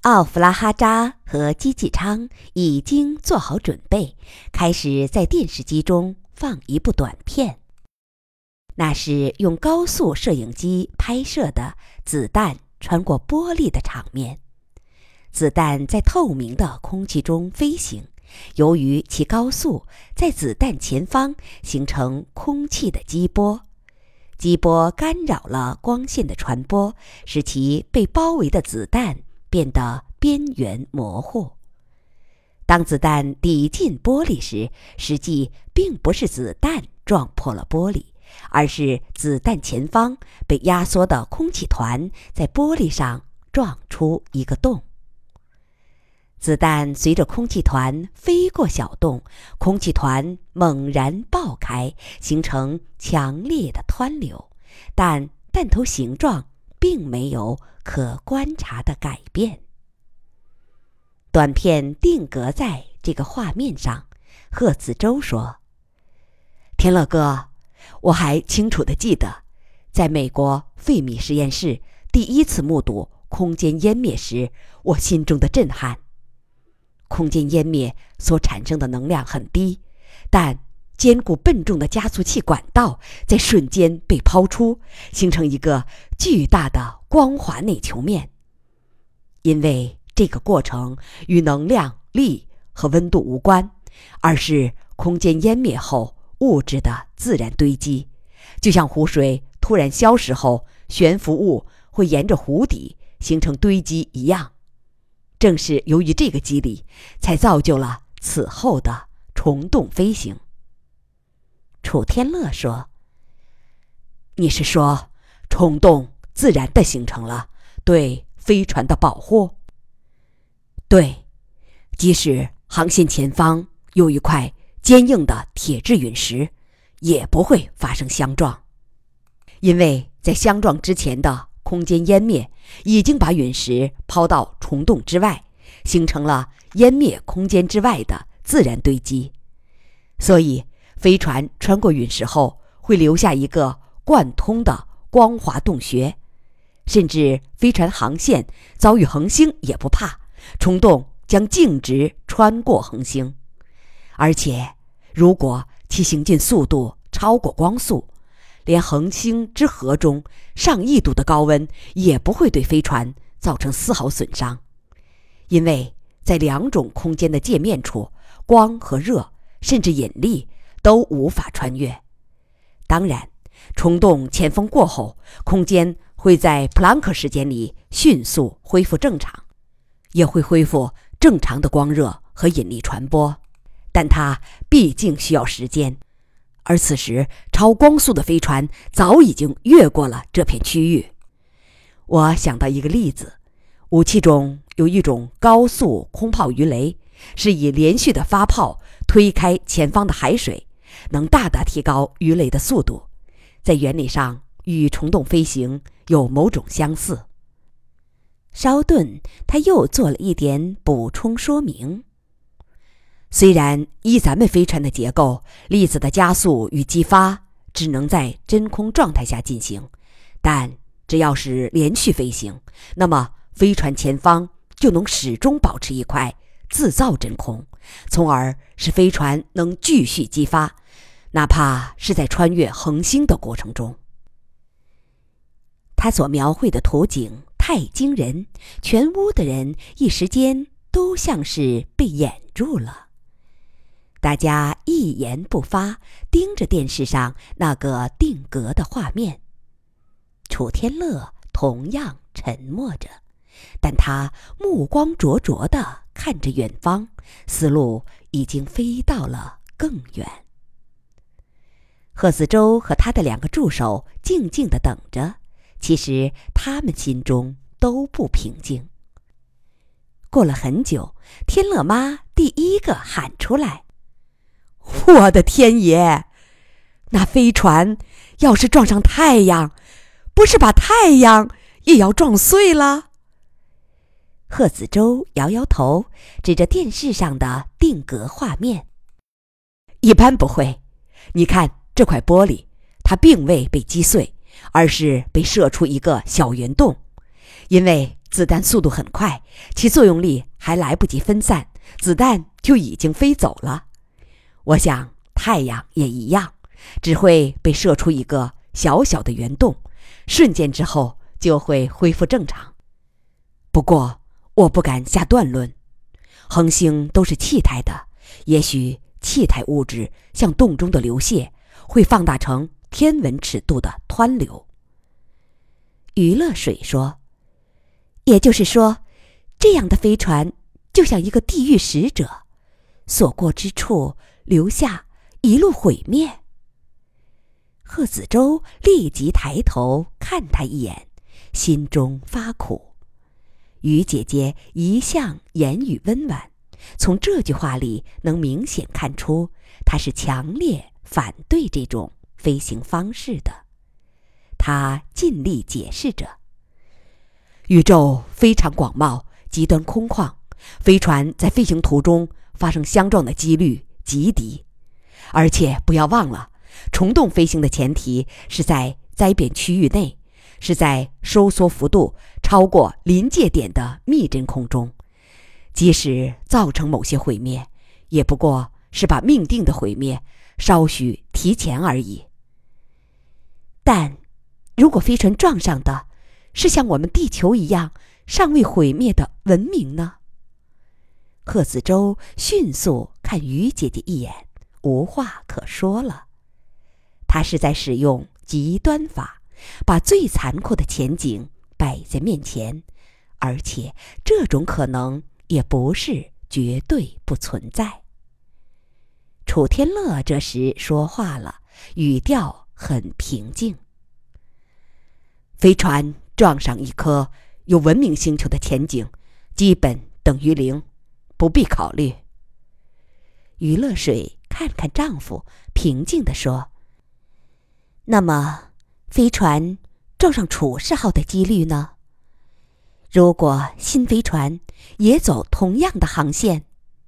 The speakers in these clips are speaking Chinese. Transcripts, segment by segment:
奥弗拉哈扎和姬继昌已经做好准备，开始在电视机中放一部短片。那是用高速摄影机拍摄的子弹穿过玻璃的场面。子弹在透明的空气中飞行，由于其高速，在子弹前方形成空气的激波，激波干扰了光线的传播，使其被包围的子弹变得边缘模糊。当子弹抵近玻璃时，实际并不是子弹撞破了玻璃，而是子弹前方被压缩的空气团在玻璃上撞出一个洞。子弹随着空气团飞过小洞，空气团猛然爆开，形成强烈的湍流，但弹头形状并没有可观察的改变。短片定格在这个画面上，贺子洲说：“天乐哥，我还清楚地记得，在美国费米实验室第一次目睹空间湮灭时，我心中的震撼。空间湮灭所产生的能量很低，但坚固笨重的加速器管道在瞬间被抛出，形成一个巨大的光滑内球面。因为这个过程与能量、力和温度无关，而是空间湮灭后物质的自然堆积，就像湖水突然消失后，悬浮物会沿着湖底形成堆积一样。正是由于这个机理，才造就了此后的虫洞飞行。”楚天乐说：“你是说虫洞自然地形成了对飞船的保护？”“对，即使航线前方有一块坚硬的铁质陨石，也不会发生相撞，因为在相撞之前的空间湮灭已经把陨石抛到虫洞之外，形成了湮灭空间之外的自然堆积。所以飞船穿过陨石后会留下一个贯通的光滑洞穴，甚至飞船航线遭遇恒星也不怕，虫洞将径直穿过恒星。而且如果其行进速度超过光速，连恒星之核中上亿度的高温也不会对飞船造成丝毫损伤，因为在两种空间的界面处，光和热甚至引力都无法穿越。当然，虫洞前锋过后，空间会在普朗克时间里迅速恢复正常，也会恢复正常的光热和引力传播，但它毕竟需要时间。而此时超光速的飞船早已经越过了这片区域。我想到一个例子，武器中有一种高速空炮鱼雷，是以连续的发炮推开前方的海水，能大大提高鱼雷的速度，在原理上与虫洞飞行有某种相似。稍顿，他又做了一点补充说明。虽然依咱们飞船的结构，粒子的加速与激发只能在真空状态下进行，但只要是连续飞行，那么飞船前方就能始终保持一块自造真空，从而使飞船能继续激发，哪怕是在穿越恒星的过程中。他所描绘的图景太惊人，全屋的人一时间都像是被掩住了。大家一言不发，盯着电视上那个定格的画面。楚天乐同样沉默着，但他目光灼灼地看着远方，思路已经飞到了更远。贺子洲和他的两个助手静静地等着，其实他们心中都不平静。过了很久，天乐妈第一个喊出来：“我的天爷，那飞船要是撞上太阳，不是把太阳也要撞碎了？”贺子洲摇摇头，指着电视上的定格画面：“一般不会，你看这块玻璃，它并未被击碎，而是被射出一个小圆洞。 因为子弹速度很快，其作用力还来不及分散，子弹就已经飞走了。我想太阳也一样，只会被射出一个小小的圆洞，瞬间之后就会恢复正常。不过我不敢下断论，恒星都是气态的，也许气态物质向洞中的流泻会放大成天文尺度的湍流。余乐水说，也就是说，这样的飞船就像一个地狱使者，所过之处留下一路毁灭。贺子洲立即抬头看他一眼，心中发苦。于姐姐一向言语温婉，从这句话里能明显看出她是强烈反对这种飞行方式的。她尽力解释着，宇宙非常广袤，极端空旷，飞船在飞行途中发生相撞的几率极低。而且不要忘了，虫洞飞行的前提是在灾变区域内，是在收缩幅度超过临界点的密真空中，即使造成某些毁灭，也不过是把命定的毁灭稍许提前而已。但如果飞船撞上的是像我们地球一样尚未毁灭的文明呢？贺子洲迅速看于姐姐一眼，无话可说了。他是在使用极端法，把最残酷的前景摆在面前，而且这种可能也不是绝对不存在。楚天乐这时说话了，语调很平静。飞船撞上一颗有文明星球的前景，基本等于0，不必考虑。余乐水看看丈夫，平静地说，那么飞船撞上楚世号的几率呢？如果新飞船也走同样的航线？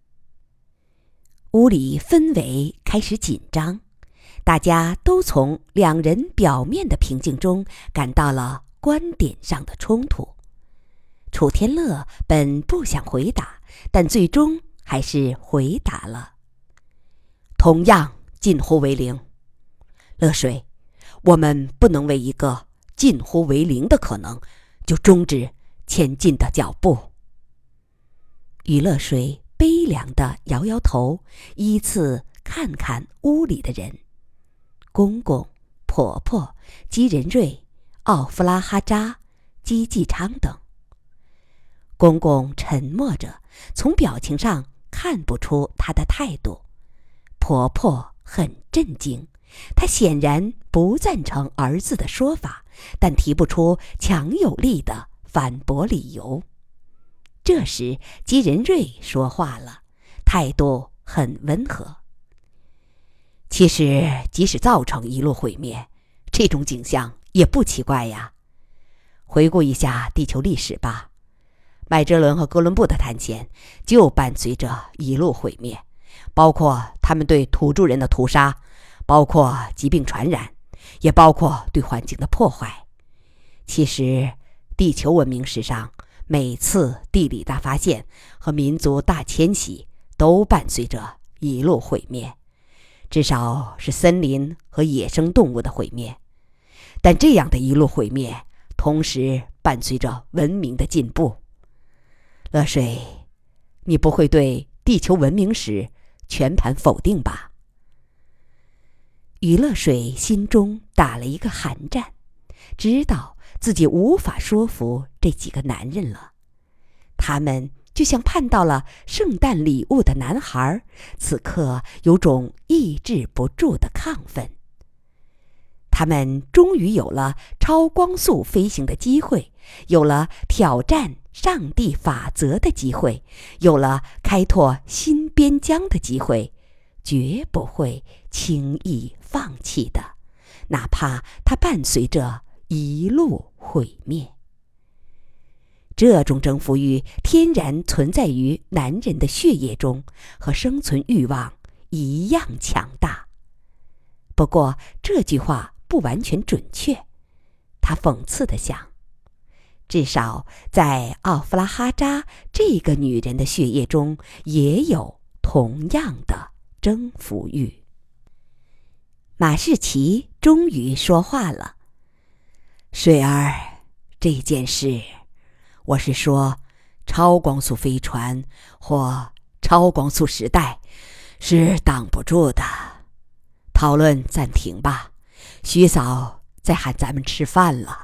屋里氛围开始紧张，大家都从两人表面的平静中感到了观点上的冲突。楚天乐本不想回答，但最终还是回答了，同样近乎为0。乐水，我们不能为一个近乎为0的可能就终止前进的脚步。余乐水悲凉地摇摇头，依次看看屋里的人，公公、婆婆、姬仁瑞、奥夫拉哈扎、姬继昌等。公公沉默着，从表情上看不出他的态度。婆婆很震惊，她显然不赞成儿子的说法，但提不出强有力的反驳理由。这时姬仁瑞说话了，态度很温和。其实即使造成一路毁灭，这种景象也不奇怪呀。回顾一下地球历史吧，麦哲伦和哥伦布的探险就伴随着一路毁灭，包括他们对土著人的屠杀，包括疾病传染，也包括对环境的破坏。其实地球文明史上每次地理大发现和民族大迁徙都伴随着一路毁灭，至少是森林和野生动物的毁灭。但这样的一路毁灭同时伴随着文明的进步。乐水，你不会对地球文明史全盘否定吧？余乐水心中打了一个寒战，知道自己无法说服这几个男人了。他们就像盼到了圣诞礼物的男孩，此刻有种抑制不住的亢奋。他们终于有了超光速飞行的机会，有了挑战上帝法则的机会，有了开拓新边疆的机会，绝不会轻易放弃的，哪怕它伴随着一路毁灭。这种征服欲天然存在于男人的血液中，和生存欲望一样强大。不过这句话不完全准确，他讽刺地想， 至少在奥弗拉哈扎这个女人的血液中也有同样的征服欲。马士奇终于说话了：“水儿，这件事，我是说超光速飞船或超光速时代是挡不住的。讨论暂停吧，徐嫂在喊咱们吃饭了。”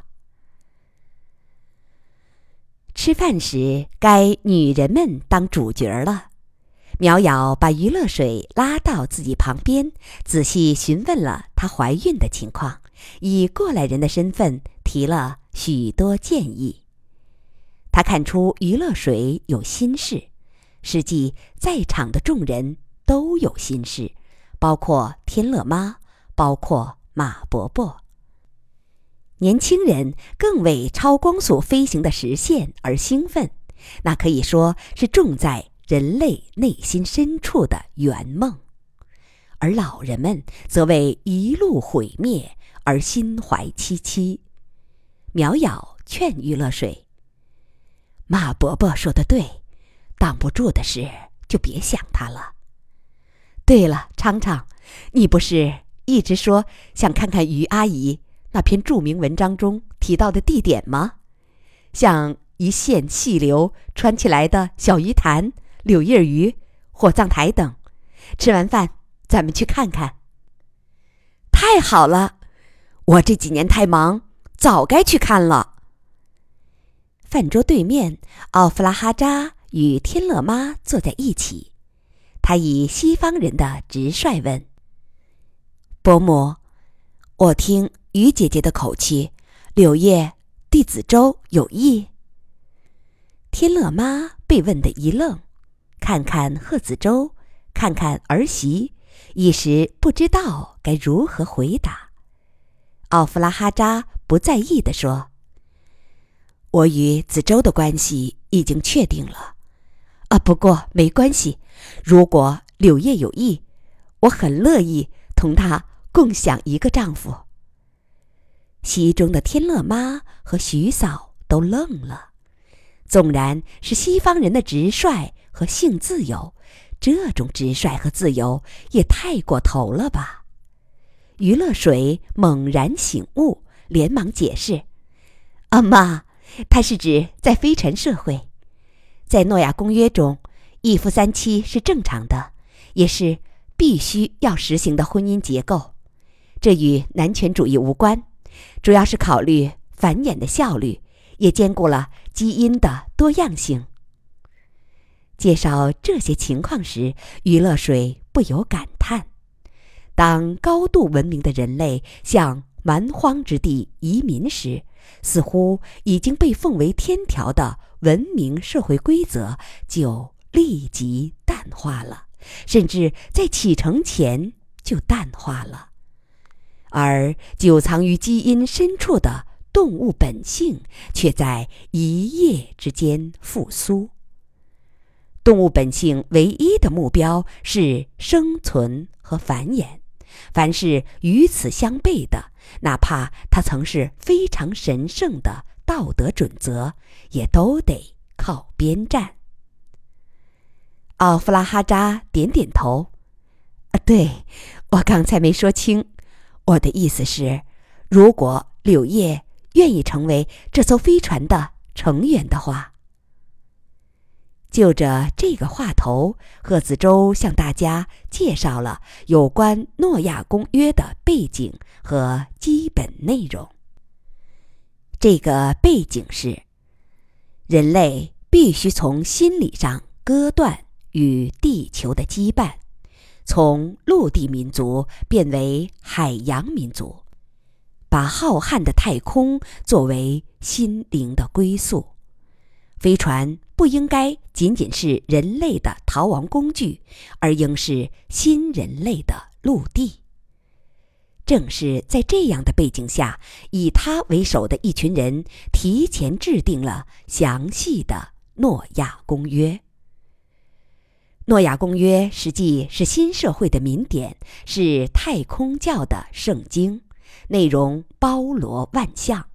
吃饭时该女人们当主角了。苗瑶把于乐水拉到自己旁边，仔细询问了她怀孕的情况，以过来人的身份提了许多建议。她看出于乐水有心事，实际在场的众人都有心事，包括天乐妈，包括马伯伯。年轻人更为超光速飞行的实现而兴奋，那可以说是种在人类内心深处的圆梦。而老人们则为一路毁灭而心怀戚戚。苗瑶劝于乐水：“马伯伯说的对，挡不住的事就别想它了。对了，昌昌，你不是一直说想看看于阿姨那篇著名文章中提到的地点吗？像一线细流穿起来的小鱼潭、柳叶鱼、火葬台等。吃完饭咱们去看看。”太好了，我这几年太忙，早该去看了。饭桌对面，奥弗拉哈扎与天乐妈坐在一起。他以西方人的直率问：“伯母，我听于姐姐的口气，柳叶对子舟有意？”天乐妈被问得一愣，看看贺子舟，看看儿媳，一时不知道该如何回答。奥弗拉哈扎不在意地说：“我与子舟的关系已经确定了。不过没关系，如果柳叶有意，我很乐意同她共享一个丈夫。”席中的天乐妈和徐嫂都愣了。纵然是西方人的直率和性自由，这种直率和自由也太过头了吧。于乐水猛然醒悟，连忙解释：“妈，他是指在飞船社会，在诺亚公约中，一夫三妻是正常的，也是必须要实行的婚姻结构。这与男权主义无关，主要是考虑繁衍的效率，也兼顾了基因的多样性。”介绍这些情况时，于乐水不由感叹：当高度文明的人类向蛮荒之地移民时，似乎已经被奉为天条的文明社会规则就立即淡化了，甚至在启程前就淡化了。而久藏于基因深处的动物本性却在一夜之间复苏。动物本性唯一的目标是生存和繁衍，凡是与此相悖的，哪怕它曾是非常神圣的道德准则，也都得靠边站。奥弗拉哈扎点点头：“对，我刚才没说清，我的意思是，如果柳叶愿意成为这艘飞船的成员的话。”就着这个话头，贺子洲向大家介绍了有关诺亚公约的背景和基本内容。这个背景是，人类必须从心理上割断与地球的羁绊，从陆地民族变为海洋民族，把浩瀚的太空作为心灵的归宿。飞船不应该仅仅是人类的逃亡工具，而应是新人类的陆地。正是在这样的背景下，以他为首的一群人提前制定了详细的诺亚公约。诺亚公约实际是新社会的民典，是太空教的圣经，内容包罗万象。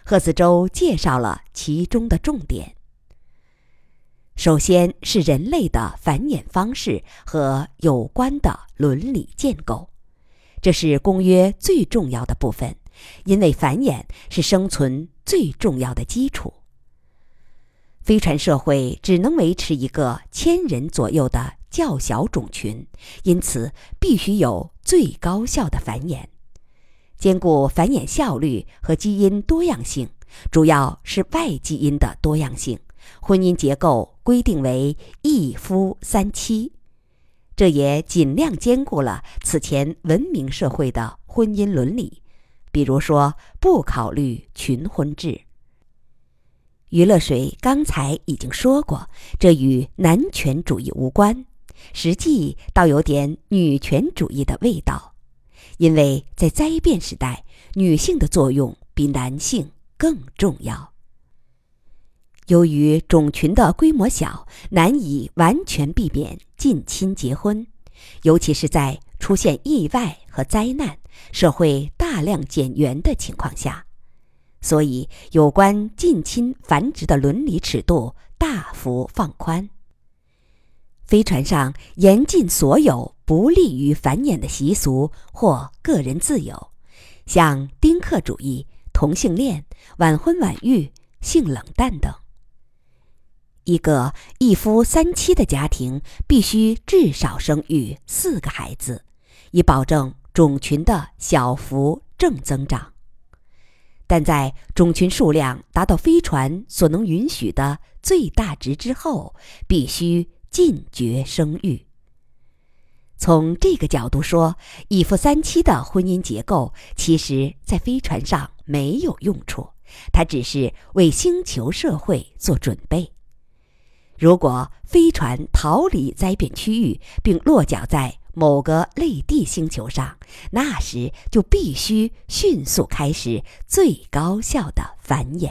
贺子洲介绍了其中的重点。首先是人类的繁衍方式和有关的伦理建构，这是公约最重要的部分，因为繁衍是生存最重要的基础。飞船社会只能维持一个1000人左右的较小种群，因此必须有最高效的繁衍。兼顾繁衍效率和基因多样性，主要是外基因的多样性。婚姻结构规定为一夫三妻，这也尽量兼顾了此前文明社会的婚姻伦理，比如说不考虑群婚制。余乐水刚才已经说过，这与男权主义无关，实际倒有点女权主义的味道，因为在灾变时代，女性的作用比男性更重要。由于种群的规模小，难以完全避免近亲结婚，尤其是在出现意外和灾难、社会大量减员的情况下，所以有关近亲繁殖的伦理尺度大幅放宽。飞船上严禁所有不利于繁衍的习俗或个人自由，像丁克主义、同性恋、晚婚晚育、性冷淡等。一个一夫三妻的家庭必须至少生育4个孩子，以保证种群的小幅正增长。但在种群数量达到飞船所能允许的最大值之后，必须禁绝生育。从这个角度说，一夫三妻的婚姻结构其实在飞船上没有用处，它只是为星球社会做准备。如果飞船逃离灾变区域并落脚在某个类地星球上，那时就必须迅速开始最高效的繁衍。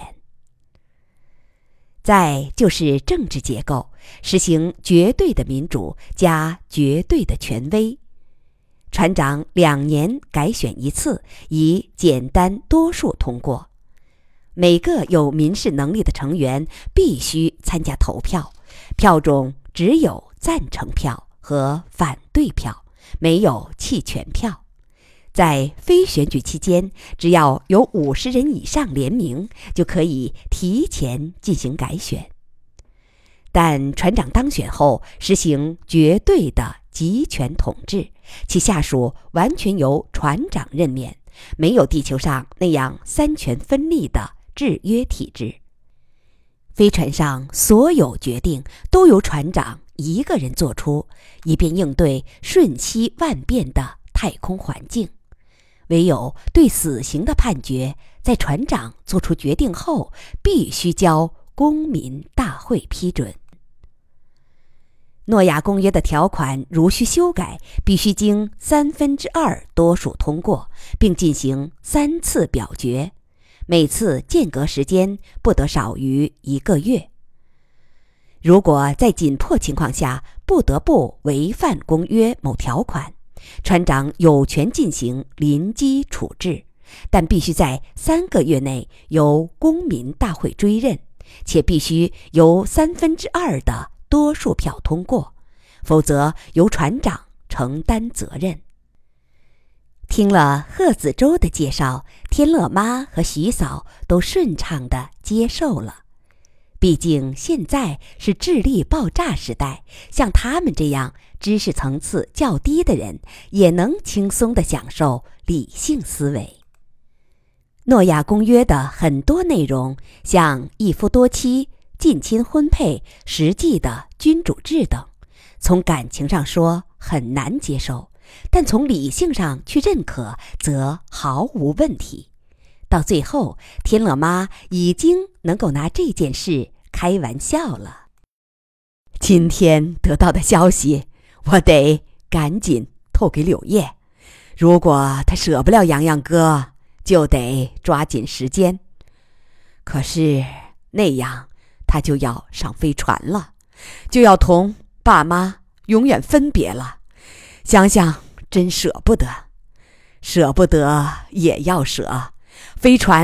再就是政治结构，实行绝对的民主加绝对的权威。船长2年改选1次，以简单多数通过。每个有民事能力的成员必须参加投票，票中只有赞成票和反对票，没有弃权票。在非选举期间，只要有50人以上联名，就可以提前进行改选。但船长当选后，实行绝对的集权统治，其下属完全由船长任免，没有地球上那样3权分立的制约体制。飞船上所有决定都由船长一个人做出，以便应对瞬息万变的太空环境。唯有对死刑的判决，在船长做出决定后，必须交公民大会批准。诺亚公约的条款如需修改，必须经2/3多数通过，并进行3次表决，每次间隔时间不得少于1个月。如果在紧迫情况下不得不违反公约某条款，船长有权进行临机处置，但必须在3个月内由公民大会追认，且必须由2/3的多数票通过，否则由船长承担责任。听了贺子洲的介绍，天乐妈和徐嫂都顺畅地接受了。毕竟现在是智力爆炸时代，像他们这样知识层次较低的人也能轻松地享受理性思维。诺亚公约的很多内容，像一夫多妻、近亲婚配、实际的君主制等，从感情上说很难接受，但从理性上去认可则毫无问题。到最后，天乐妈已经能够拿这件事开玩笑了。今天得到的消息，我得赶紧透给柳叶。如果他舍不了洋洋哥，就得抓紧时间。可是那样，他就要上飞船了，就要同爸妈永远分别了。想想真舍不得，舍不得也要舍。飞船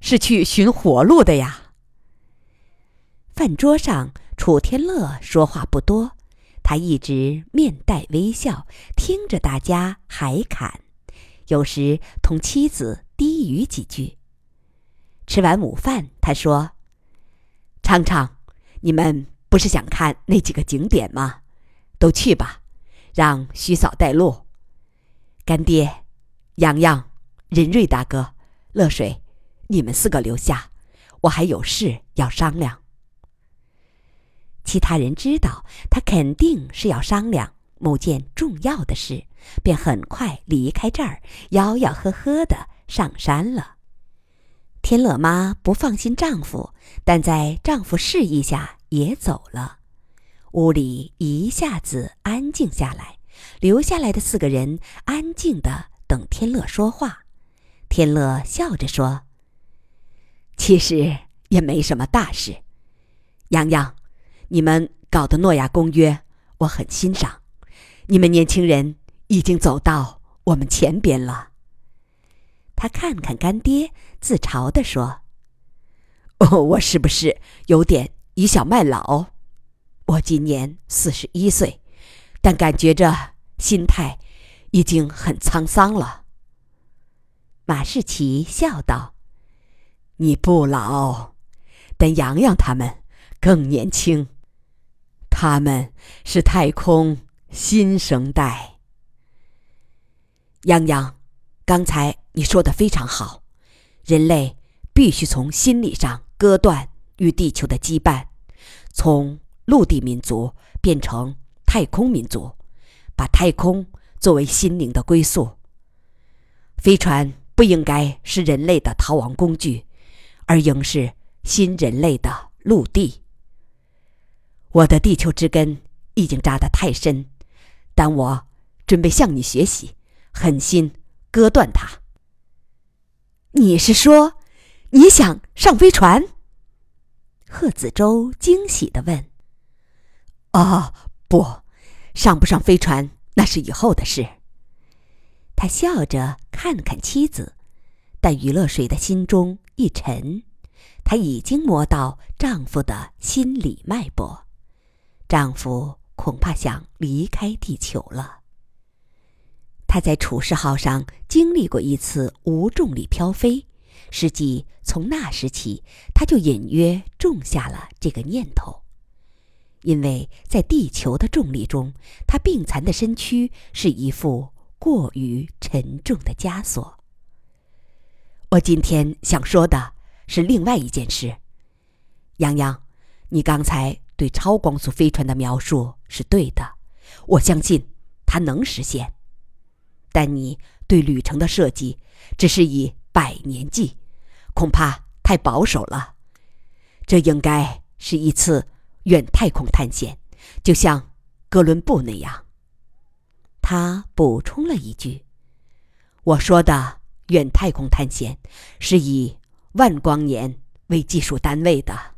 是去寻活路的呀。饭桌上，楚天乐说话不多，他一直面带微笑，听着大家海侃，有时同妻子低语几句。吃完午饭，他说：“昌昌，你们不是想看那几个景点吗？都去吧，让徐嫂带路。干爹、洋洋、任瑞大哥、乐水，你们4个留下，我还有事要商量。”其他人知道他肯定是要商量某件重要的事，便很快离开这儿，吆吆喝喝地上山了。天乐妈不放心丈夫，但在丈夫示意下也走了。屋里一下子安静下来，留下来的4个人安静地等天乐说话。天乐笑着说：“其实也没什么大事，洋洋，你们搞的诺亚公约我很欣赏，你们年轻人已经走到我们前边了。”他看看干爹，自嘲地说：“我是不是有点倚小卖老？我今年41岁，但感觉着心态已经很沧桑了。”马士奇笑道：“你不老，但洋洋他们更年轻，他们是太空新生代。”洋洋，刚才你说的非常好，人类必须从心理上割断与地球的羁绊，从陆地民族变成太空民族，把太空作为心灵的归宿。飞船不应该是人类的逃亡工具，而应是新人类的陆地。我的地球之根已经扎得太深，但我准备向你学习，狠心割断它。你是说你想上飞船？贺子洲惊喜地问。不，上不上飞船那是以后的事。他笑着看看妻子，但于乐水的心中一沉，她已经摸到丈夫的心理脉搏，丈夫恐怕想离开地球了。他在楚世号上经历过一次无重力飘飞，实际从那时起，他就隐约种下了这个念头。因为在地球的重力中，他病残的身躯是一副过于沉重的枷锁。我今天想说的是另外一件事。洋洋，你刚才对超光速飞船的描述是对的，我相信它能实现。但你对旅程的设计只是以100年计，恐怕太保守了。这应该是一次远太空探险，就像哥伦布那样。他补充了一句：“我说的远太空探险是以万光年为技术单位的。”